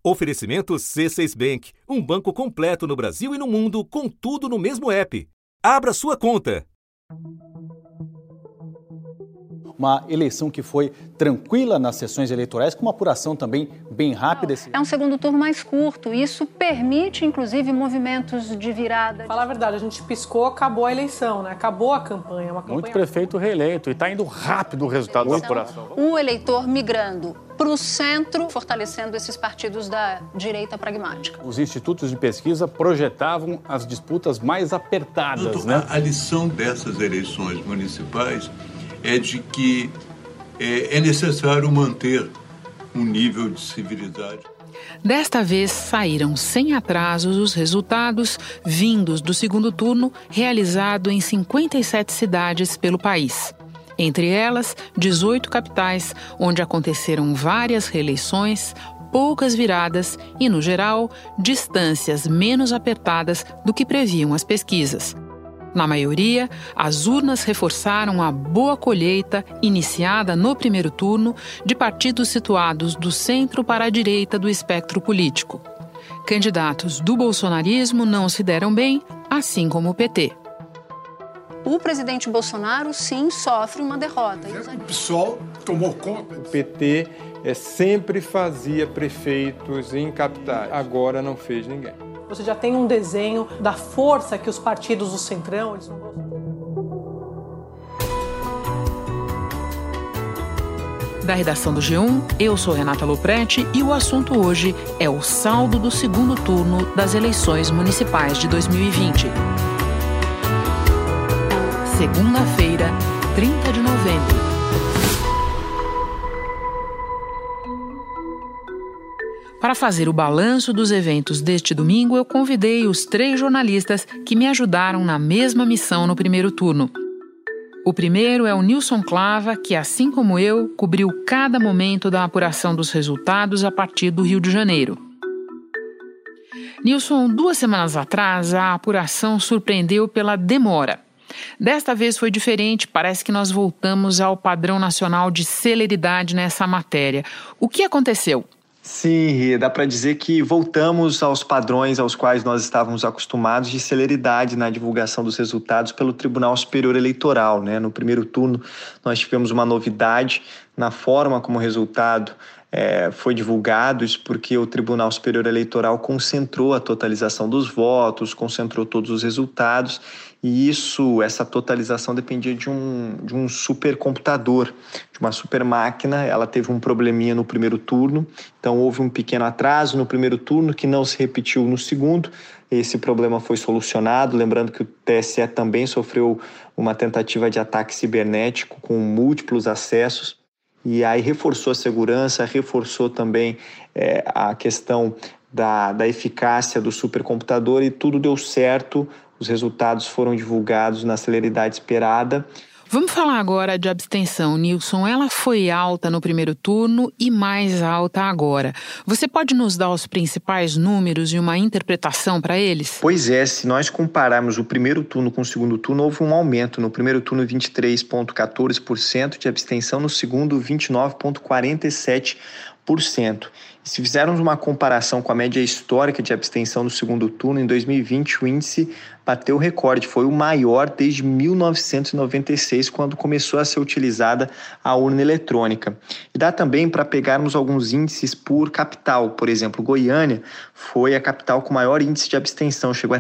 Oferecimento C6 Bank, um banco completo no Brasil e no mundo, com tudo no mesmo app. Abra sua conta. Uma eleição que foi tranquila nas sessões eleitorais, com uma apuração também bem rápida. É um segundo turno mais curto, e isso permite, inclusive, movimentos de virada. Falar a verdade, a gente piscou, acabou a eleição, né? Acabou a campanha. Muito prefeito reeleito e está indo rápido o resultado da apuração. O eleitor migrando para o centro, fortalecendo esses partidos da direita pragmática. Os institutos de pesquisa projetavam as disputas mais apertadas, né? A lição dessas eleições municipais é de que é necessário manter um nível de civilidade. Desta vez, saíram sem atrasos os resultados vindos do segundo turno realizado em 57 cidades pelo país. Entre elas, 18 capitais, onde aconteceram várias reeleições, poucas viradas e, no geral, distâncias menos apertadas do que previam as pesquisas. Na maioria, as urnas reforçaram a boa colheita iniciada no primeiro turno de partidos situados do centro para a direita do espectro político. Candidatos do bolsonarismo não se deram bem, assim como o PT. O presidente Bolsonaro, sim, sofre uma derrota. O PSOL tomou conta. O PT sempre fazia prefeitos em capitais, agora não fez ninguém. Você já tem um desenho da força que os partidos do Centrão... Da redação do G1, eu sou Renata Lopretti e o assunto hoje é o saldo do segundo turno das eleições municipais de 2020. Segunda-feira, 30 de novembro. Para fazer o balanço dos eventos deste domingo, eu convidei os 3 jornalistas que me ajudaram na mesma missão no primeiro turno. O primeiro é o Nilson Clava, que, assim como eu, cobriu cada momento da apuração dos resultados a partir do Rio de Janeiro. Nilson, 2 semanas atrás, a apuração surpreendeu pela demora. Desta vez foi diferente, parece que nós voltamos ao padrão nacional de celeridade nessa matéria. O que aconteceu? Sim, dá para dizer que voltamos aos padrões aos quais nós estávamos acostumados de celeridade na divulgação dos resultados pelo Tribunal Superior Eleitoral, né? No primeiro turno, nós tivemos uma novidade na forma como o resultado foi divulgado, isso porque o Tribunal Superior Eleitoral concentrou a totalização dos votos, concentrou todos os resultados, e essa totalização dependia de um supercomputador, de uma super máquina. Ela teve um probleminha no primeiro turno, então houve um pequeno atraso no primeiro turno que não se repetiu no segundo. Esse problema foi solucionado, lembrando que o TSE também sofreu uma tentativa de ataque cibernético com múltiplos acessos, e aí reforçou a segurança, reforçou também a questão da eficácia do supercomputador, e tudo deu certo. Os resultados foram divulgados na celeridade esperada. Vamos falar agora de abstenção, Nilson. Ela foi alta no primeiro turno e mais alta agora. Você pode nos dar os principais números e uma interpretação para eles? Pois é, se nós compararmos o primeiro turno com o segundo turno, houve um aumento. No primeiro turno, 23,14% de abstenção, no segundo, 29,47%. E se fizermos uma comparação com a média histórica de abstenção no segundo turno, em 2020 o índice bateu o recorde, foi o maior desde 1996, quando começou a ser utilizada a urna eletrônica. E dá também para pegarmos alguns índices por capital. Por exemplo, Goiânia foi a capital com maior índice de abstenção, chegou a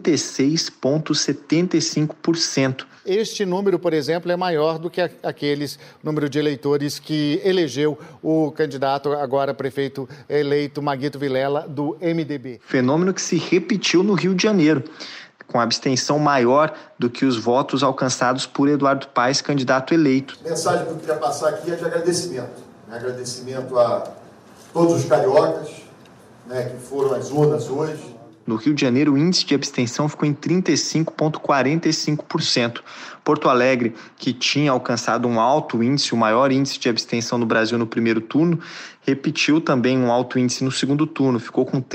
36,75%. Este número, por exemplo, é maior do que aqueles número de eleitores que elegeu o candidato, agora prefeito eleito, Maguito Vilela, do MDB. Fenômeno que se repetiu no Rio de Janeiro, com abstenção maior do que os votos alcançados por Eduardo Paes, candidato eleito. A mensagem que eu queria passar aqui é de agradecimento. Agradecimento a todos os cariocas, que foram às urnas hoje. No Rio de Janeiro, o índice de abstenção ficou em 35,45%. Porto Alegre, que tinha alcançado um alto índice, o maior índice de abstenção no Brasil no primeiro turno, repetiu também um alto índice no segundo turno, ficou com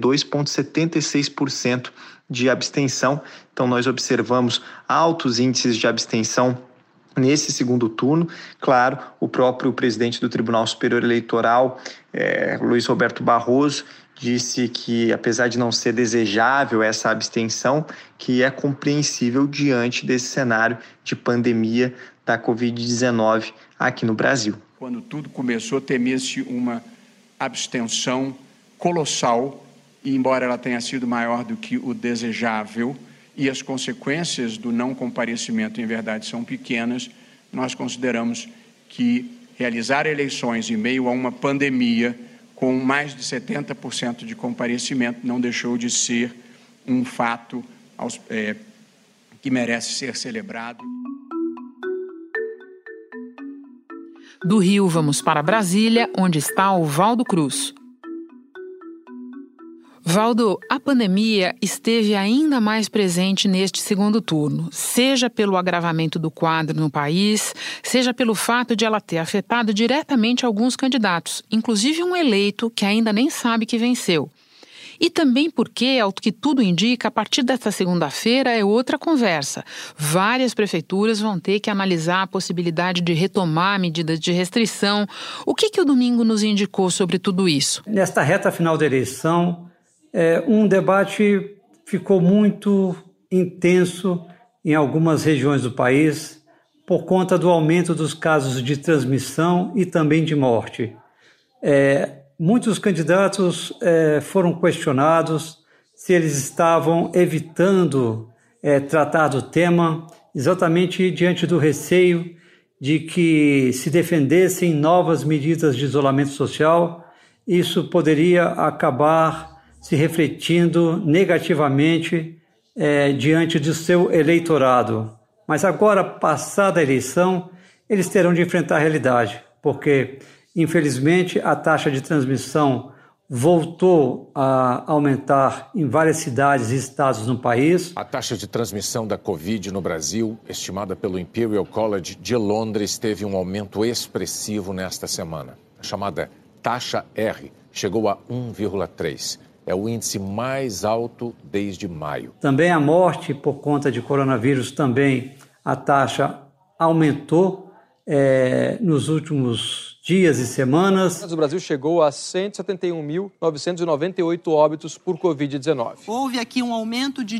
32,76% de abstenção. Então, nós observamos altos índices de abstenção nesse segundo turno. Claro, o próprio presidente do Tribunal Superior Eleitoral, Luiz Roberto Barroso, disse que, apesar de não ser desejável essa abstenção, que é compreensível diante desse cenário de pandemia da Covid-19 aqui no Brasil. Quando tudo começou, temia-se uma abstenção colossal, e embora ela tenha sido maior do que o desejável, e as consequências do não comparecimento, em verdade, são pequenas, nós consideramos que realizar eleições em meio a uma pandemia com mais de 70% de comparecimento não deixou de ser um fato que merece ser celebrado. Do Rio, vamos para Brasília, onde está o Valdo Cruz. Valdo, a pandemia esteve ainda mais presente neste segundo turno, seja pelo agravamento do quadro no país, seja pelo fato de ela ter afetado diretamente alguns candidatos, inclusive um eleito que ainda nem sabe que venceu. E também porque, ao que tudo indica, a partir desta segunda-feira é outra conversa. Várias prefeituras vão ter que analisar a possibilidade de retomar medidas de restrição. O que o domingo nos indicou sobre tudo isso? Nesta reta final da eleição, um debate ficou muito intenso em algumas regiões do país por conta do aumento dos casos de transmissão e também de morte. Muitos candidatos foram questionados se eles estavam evitando tratar do tema exatamente diante do receio de que se defendessem novas medidas de isolamento social, isso poderia acabar se refletindo negativamente diante do seu eleitorado. Mas agora, passada a eleição, eles terão de enfrentar a realidade, porque, infelizmente, a taxa de transmissão voltou a aumentar em várias cidades e estados no país. A taxa de transmissão da Covid no Brasil, estimada pelo Imperial College de Londres, teve um aumento expressivo nesta semana. A chamada taxa R chegou a 1,3. É o índice mais alto desde maio. Também a morte por conta de coronavírus, também a taxa aumentou nos últimos dias e semanas. O Brasil chegou a 171.998 óbitos por Covid-19. Houve aqui um aumento de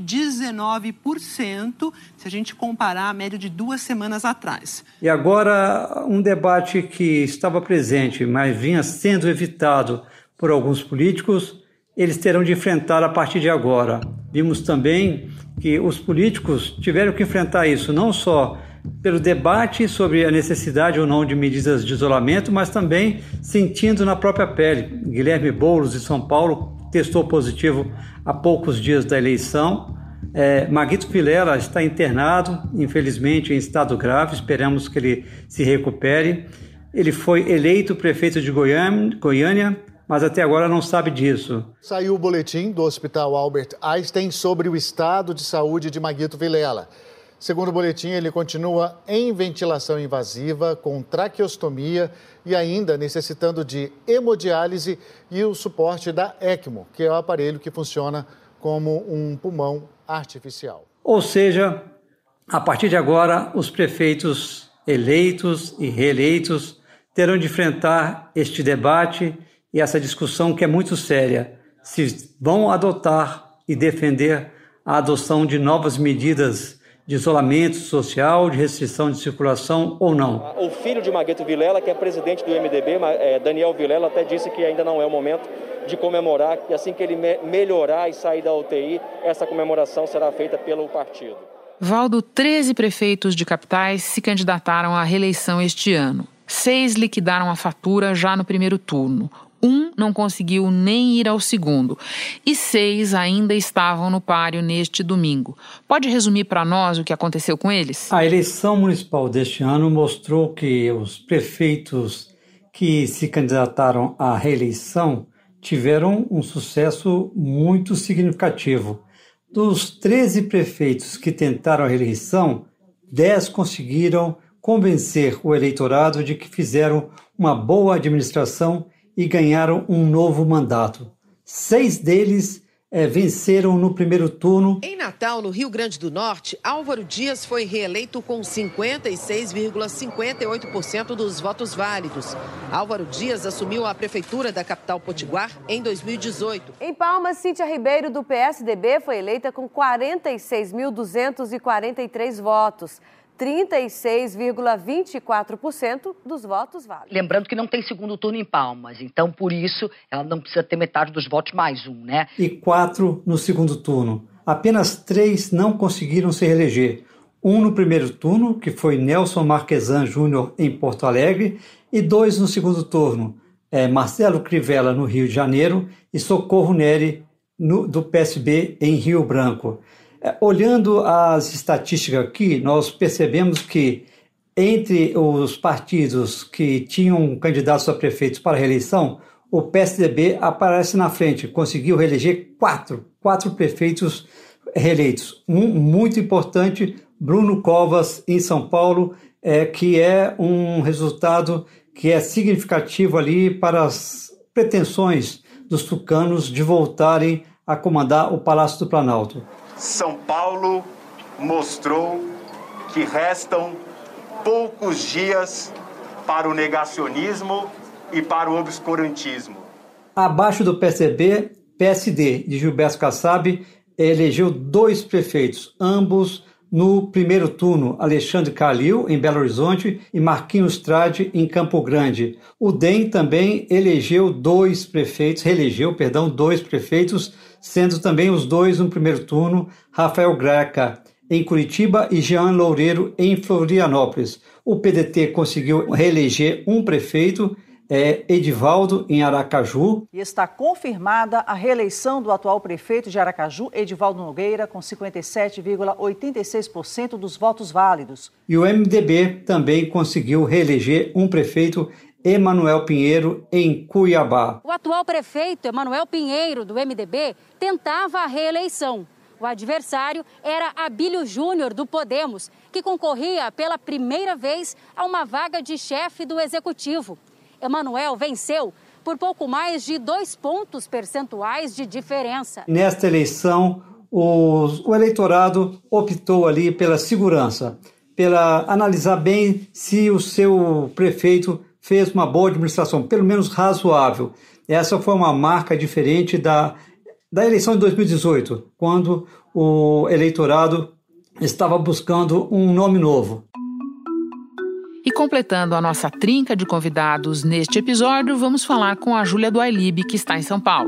19%, se a gente comparar a média de 2 semanas atrás. E agora, um debate que estava presente, mas vinha sendo evitado por alguns políticos, eles terão de enfrentar a partir de agora. Vimos também que os políticos tiveram que enfrentar isso, não só pelo debate sobre a necessidade ou não de medidas de isolamento, mas também sentindo na própria pele. Guilherme Boulos, de São Paulo, testou positivo há poucos dias da eleição. Maguito Vilela está internado, infelizmente, em estado grave, esperamos que ele se recupere. Ele foi eleito prefeito de Goiânia, mas até agora não sabe disso. Saiu o boletim do Hospital Albert Einstein sobre o estado de saúde de Maguito Vilela. Segundo o boletim, ele continua em ventilação invasiva, com traqueostomia e ainda necessitando de hemodiálise e o suporte da ECMO, que é o aparelho que funciona como um pulmão artificial. Ou seja, a partir de agora, os prefeitos eleitos e reeleitos terão de enfrentar este debate e essa discussão que é muito séria, se vão adotar e defender a adoção de novas medidas de isolamento social, de restrição de circulação ou não. O filho de Maguito Vilela, que é presidente do MDB, Daniel Vilela, até disse que ainda não é o momento de comemorar, e assim que ele melhorar e sair da UTI, essa comemoração será feita pelo partido. Valdo, 13 prefeitos de capitais se candidataram à reeleição este ano. 6 liquidaram a fatura já no primeiro turno. 1 não conseguiu nem ir ao segundo. E 6 ainda estavam no páreo neste domingo. Pode resumir para nós o que aconteceu com eles? A eleição municipal deste ano mostrou que os prefeitos que se candidataram à reeleição tiveram um sucesso muito significativo. Dos 13 prefeitos que tentaram a reeleição, 10 conseguiram convencer o eleitorado de que fizeram uma boa administração e ganharam um novo mandato. 6 deles venceram no primeiro turno. Em Natal, no Rio Grande do Norte, Álvaro Dias foi reeleito com 56,58% dos votos válidos. Álvaro Dias assumiu a prefeitura da capital potiguar em 2018. Em Palmas, Cíntia Ribeiro, do PSDB, foi eleita com 46.243 votos. 36,24% dos votos válidos. Lembrando que não tem segundo turno em Palmas, então, por isso, ela não precisa ter metade dos votos mais um, né? E 4 no segundo turno. Apenas 3 não conseguiram se reeleger. Um no primeiro turno, que foi Nelson Marquesan Júnior, em Porto Alegre, e 2 no segundo turno, Marcelo Crivella, no Rio de Janeiro, e Socorro Neri, do PSB, em Rio Branco. Olhando as estatísticas aqui, nós percebemos que entre os partidos que tinham candidatos a prefeitos para reeleição, o PSDB aparece na frente, conseguiu reeleger 4 prefeitos reeleitos. Um muito importante, Bruno Covas, em São Paulo, que é um resultado que é significativo ali para as pretensões dos tucanos de voltarem a comandar o Palácio do Planalto. São Paulo mostrou que restam poucos dias para o negacionismo e para o obscurantismo. Abaixo do PSDB, PSD de Gilberto Kassab elegeu 2 prefeitos, ambos no primeiro turno, Alexandre Calil, em Belo Horizonte, e Marquinhos Trade, em Campo Grande. O DEM também reelegeu 2 prefeitos, sendo também os 2 no primeiro turno, Rafael Greca, em Curitiba, e Jean Loureiro, em Florianópolis. O PDT conseguiu reeleger um prefeito, Edivaldo, em Aracaju. E está confirmada a reeleição do atual prefeito de Aracaju, Edivaldo Nogueira, com 57,86% dos votos válidos. E o MDB também conseguiu reeleger um prefeito, Emanuel Pinheiro, em Cuiabá. O atual prefeito, Emanuel Pinheiro, do MDB, tentava a reeleição. O adversário era Abílio Júnior, do Podemos, que concorria pela primeira vez a uma vaga de chefe do Executivo. Emanuel venceu por pouco mais de 2 pontos percentuais de diferença. Nesta eleição, o eleitorado optou ali pela segurança, pela analisar bem se o seu prefeito fez uma boa administração, pelo menos razoável. Essa foi uma marca diferente da eleição de 2018, quando o eleitorado estava buscando um nome novo. E completando a nossa trinca de convidados neste episódio, vamos falar com a Júlia do Ailib, que está em São Paulo.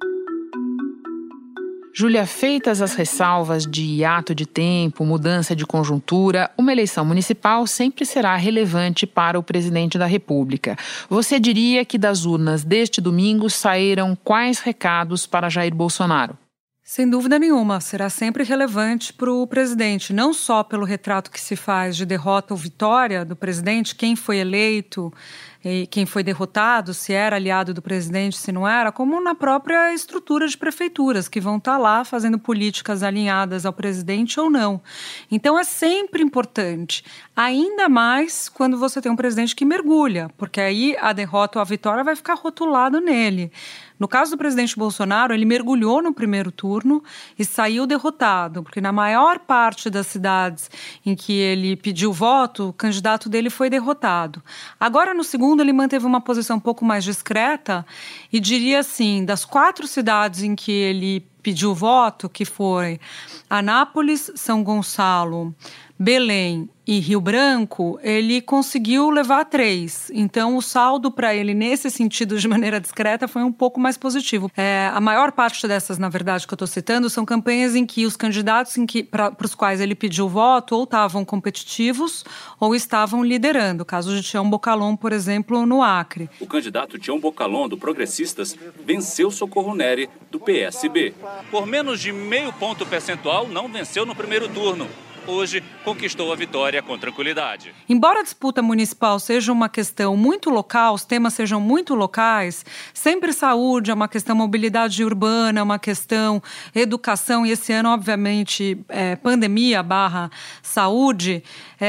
Júlia, feitas as ressalvas de hiato de tempo, mudança de conjuntura, uma eleição municipal sempre será relevante para o presidente da República. Você diria que das urnas deste domingo saíram quais recados para Jair Bolsonaro? Sem dúvida nenhuma, será sempre relevante para o presidente, não só pelo retrato que se faz de derrota ou vitória do presidente, quem foi eleito e quem foi derrotado, se era aliado do presidente, se não era, como na própria estrutura de prefeituras, que vão estar lá fazendo políticas alinhadas ao presidente ou não. Então é sempre importante, ainda mais quando você tem um presidente que mergulha, porque aí a derrota ou a vitória vai ficar rotulado nele. No caso do presidente Bolsonaro, ele mergulhou no primeiro turno e saiu derrotado, porque na maior parte das cidades em que ele pediu voto, o candidato dele foi derrotado. Agora, no segundo, ele manteve uma posição um pouco mais discreta e diria assim, das 4 cidades em que ele pediu voto, que foi Anápolis, São Gonçalo, Belém e Rio Branco, ele conseguiu levar 3. Então, o saldo para ele, nesse sentido, de maneira discreta, foi um pouco mais positivo. A maior parte dessas, na verdade, que eu estou citando, são campanhas em que os candidatos para os quais ele pediu voto ou estavam competitivos ou estavam liderando. O caso de Tião Bocalon, por exemplo, no Acre. O candidato Tião Bocalon, do Progressistas, venceu Socorro Neri, do PSB. Por menos de meio ponto percentual, não venceu no primeiro turno. hoje conquistou a vitória com tranquilidade. Embora a disputa municipal seja uma questão muito local, os temas sejam muito locais, sempre saúde é uma questão, mobilidade urbana é uma questão, educação e esse ano, obviamente, pandemia / saúde,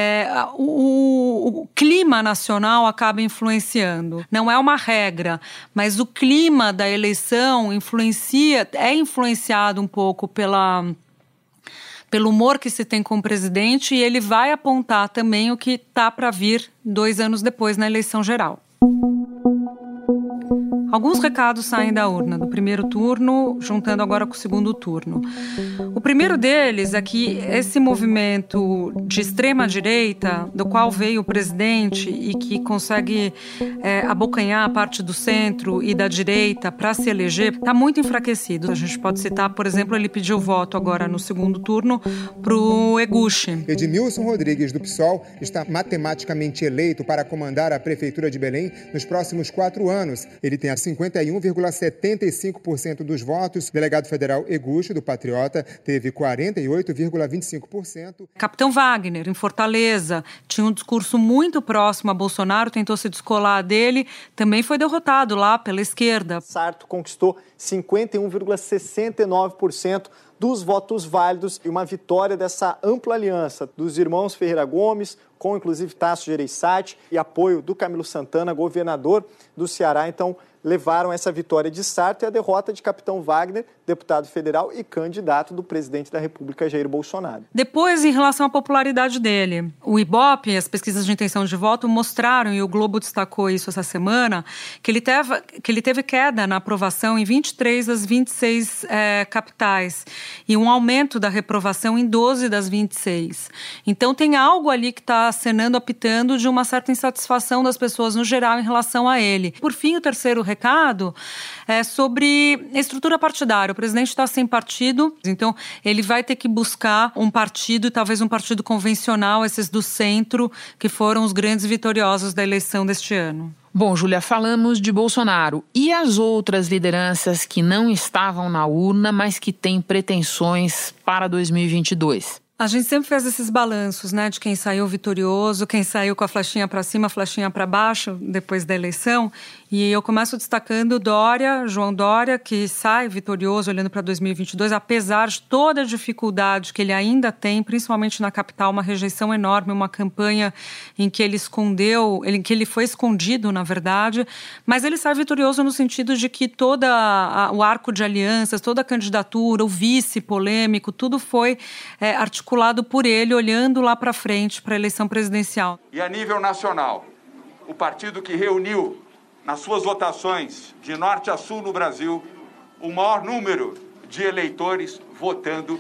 o clima nacional acaba influenciando. Não é uma regra, mas o clima da eleição é influenciado um pouco pelo humor que se tem com o presidente e ele vai apontar também o que está para vir 2 anos depois na eleição geral. Alguns recados saem da urna do primeiro turno, juntando agora com o segundo turno. O primeiro deles é que esse movimento de extrema-direita, do qual veio o presidente e que consegue abocanhar a parte do centro e da direita para se eleger, está muito enfraquecido. A gente pode citar, por exemplo, ele pediu voto agora no segundo turno para o Eguchi. Edmilson Rodrigues, do PSOL, está matematicamente eleito para comandar a Prefeitura de Belém nos próximos 4 anos. Ele tem 51,75% dos votos. O delegado federal Eguchi, do Patriota, teve 48,25%. Capitão Wagner, em Fortaleza, tinha um discurso muito próximo a Bolsonaro, tentou se descolar dele, também foi derrotado lá pela esquerda. Sarto conquistou 51,69% dos votos válidos e uma vitória dessa ampla aliança dos irmãos Ferreira Gomes, com inclusive Tasso Gereissati e apoio do Camilo Santana, governador do Ceará. Então, levaram essa vitória de Sarto e a derrota de Capitão Wagner, deputado federal e candidato do presidente da República, Jair Bolsonaro. Depois, em relação à popularidade dele, o Ibope, as pesquisas de intenção de voto mostraram, e o Globo destacou isso essa semana, que ele teve queda na aprovação em 23 das 26 capitais e um aumento da reprovação em 12 das 26. Então, tem algo ali que está acenando, apitando de uma certa insatisfação das pessoas no geral em relação a ele. Por fim, o terceiro recado é sobre a estrutura partidária. O presidente está sem partido, então ele vai ter que buscar um partido, talvez um partido convencional, esses do centro, que foram os grandes vitoriosos da eleição deste ano. Bom, Júlia, falamos de Bolsonaro. E as outras lideranças que não estavam na urna, mas que têm pretensões para 2022? A gente sempre fez esses balanços, né, de quem saiu vitorioso, quem saiu com a flechinha para cima, a flechinha para baixo, depois da eleição. E eu começo destacando João Dória, que sai vitorioso olhando para 2022, apesar de toda a dificuldade que ele ainda tem, principalmente na capital, uma rejeição enorme, uma campanha em que ele que ele foi escondido, na verdade. Mas ele sai vitorioso no sentido de que todo o arco de alianças, toda a candidatura, o vice polêmico, tudo foi articulado por ele, olhando lá para frente, para a eleição presidencial. E a nível nacional, o partido que reuniu nas suas votações de norte a sul no Brasil o maior número de eleitores votando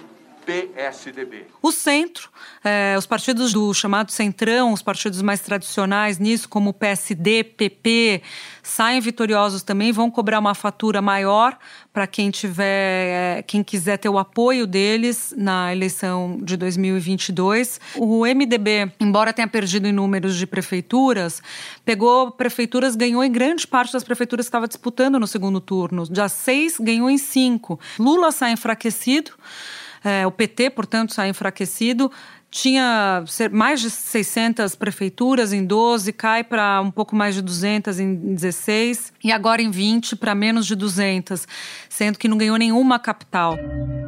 PSDB. O centro, os partidos do chamado Centrão, os partidos mais tradicionais nisso, como o PSD, PP, saem vitoriosos também, vão cobrar uma fatura maior para quem quiser ter o apoio deles na eleição de 2022. O MDB, embora tenha perdido em números de prefeituras, pegou prefeituras, ganhou em grande parte das prefeituras que estava disputando no segundo turno. Já 6, ganhou em 5. Lula sai enfraquecido. O PT, portanto, sai enfraquecido. Tinha mais de 600 prefeituras em 12, cai para um pouco mais de 200 em 16 e agora em 20 para menos de 200, sendo que não ganhou nenhuma capital.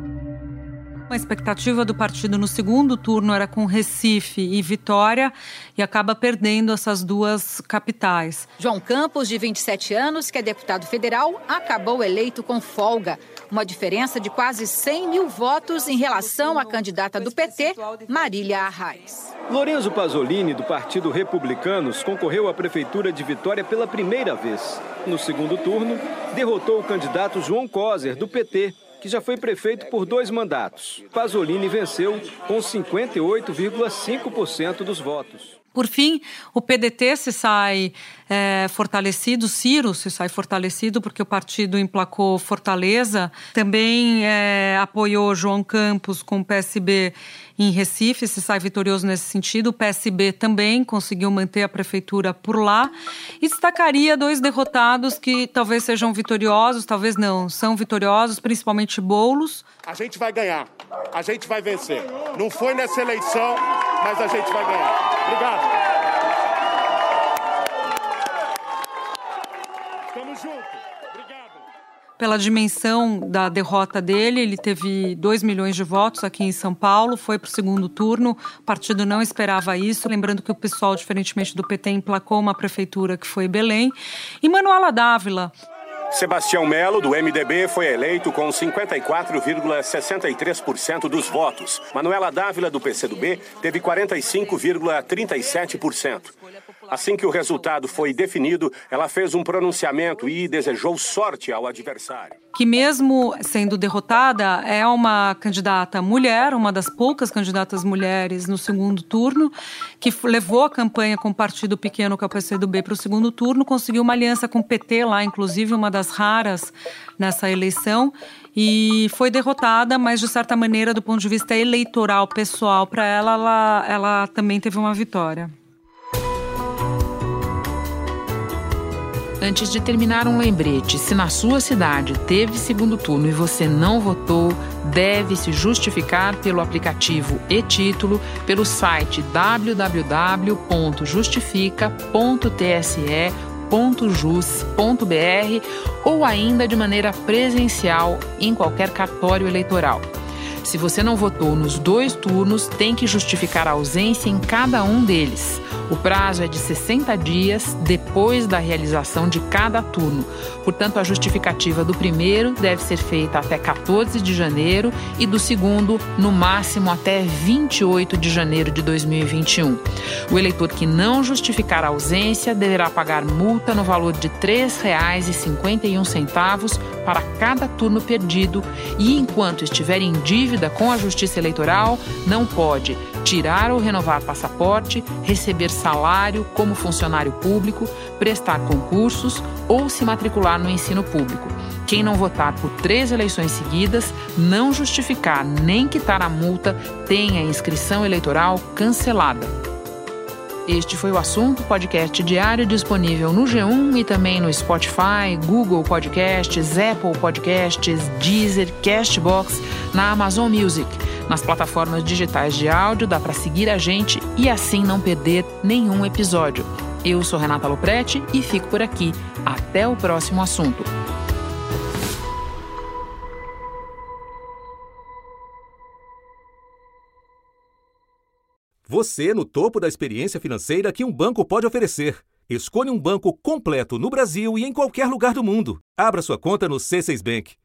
A expectativa do partido no segundo turno era com Recife e Vitória e acaba perdendo essas duas capitais. João Campos, de 27 anos, que é deputado federal, acabou eleito com folga. Uma diferença de quase 100 mil votos em relação à candidata do PT, Marília Arraes. Lorenzo Pasolini, do Partido Republicanos, concorreu à Prefeitura de Vitória pela primeira vez. No segundo turno, derrotou o candidato João Coser, do PT, que já foi prefeito por 2 mandatos. Pasolini venceu com 58,5% dos votos. Por fim, o PDT se sai fortalecido, Ciro se sai fortalecido porque o partido emplacou Fortaleza, também apoiou João Campos com o PSB em Recife, se sai vitorioso nesse sentido. O PSB também conseguiu manter a prefeitura por lá. E destacaria 2 derrotados que talvez sejam vitoriosos, talvez não, são vitoriosos, principalmente Boulos. A gente vai ganhar, a gente vai vencer. Não foi nessa eleição, mas a gente vai ganhar. Obrigado. Estamos juntos. Obrigado. Pela dimensão da derrota dele, ele teve 2 milhões de votos aqui em São Paulo, foi para o segundo turno, o partido não esperava isso, lembrando que o PSOL, diferentemente do PT, emplacou uma prefeitura que foi Belém. E Manuela Dávila. Sebastião Melo, do MDB, foi eleito com 54,63% dos votos. Manuela Dávila, do PCdoB, teve 45,37%. Assim que o resultado foi definido, ela fez um pronunciamento e desejou sorte ao adversário. Que mesmo sendo derrotada, é uma candidata mulher, uma das poucas candidatas mulheres no segundo turno, que levou a campanha com o partido pequeno, que é o PCdoB, para o segundo turno, conseguiu uma aliança com o PT lá, inclusive uma das raras nessa eleição, e foi derrotada, mas de certa maneira, do ponto de vista eleitoral, pessoal, para ela também teve uma vitória. Antes de terminar, um lembrete: se na sua cidade teve segundo turno e você não votou, deve se justificar pelo aplicativo e-Título, pelo site www.justifica.tse.jus.br ou ainda de maneira presencial em qualquer cartório eleitoral. Se você não votou nos 2 turnos, tem que justificar a ausência em cada um deles. O prazo é de 60 dias depois da realização de cada turno. Portanto, a justificativa do primeiro deve ser feita até 14 de janeiro e do segundo, no máximo, até 28 de janeiro de 2021. O eleitor que não justificar a ausência deverá pagar multa no valor de R$ 3,51 para cada turno perdido e, enquanto estiver em dívida com a Justiça Eleitoral, não pode tirar ou renovar passaporte, receber salário como funcionário público, prestar concursos ou se matricular no ensino público. Quem não votar por 3 eleições seguidas, não justificar nem quitar a multa, tem a inscrição eleitoral cancelada. Este foi o Assunto, podcast diário disponível no G1 e também no Spotify, Google Podcasts, Apple Podcasts, Deezer, Castbox, na Amazon Music. Nas plataformas digitais de áudio dá para seguir a gente e assim não perder nenhum episódio. Eu sou Renata Lopretti e fico por aqui. Até o próximo assunto. Você no topo da experiência financeira que um banco pode oferecer. Escolha um banco completo no Brasil e em qualquer lugar do mundo. Abra sua conta no C6 Bank.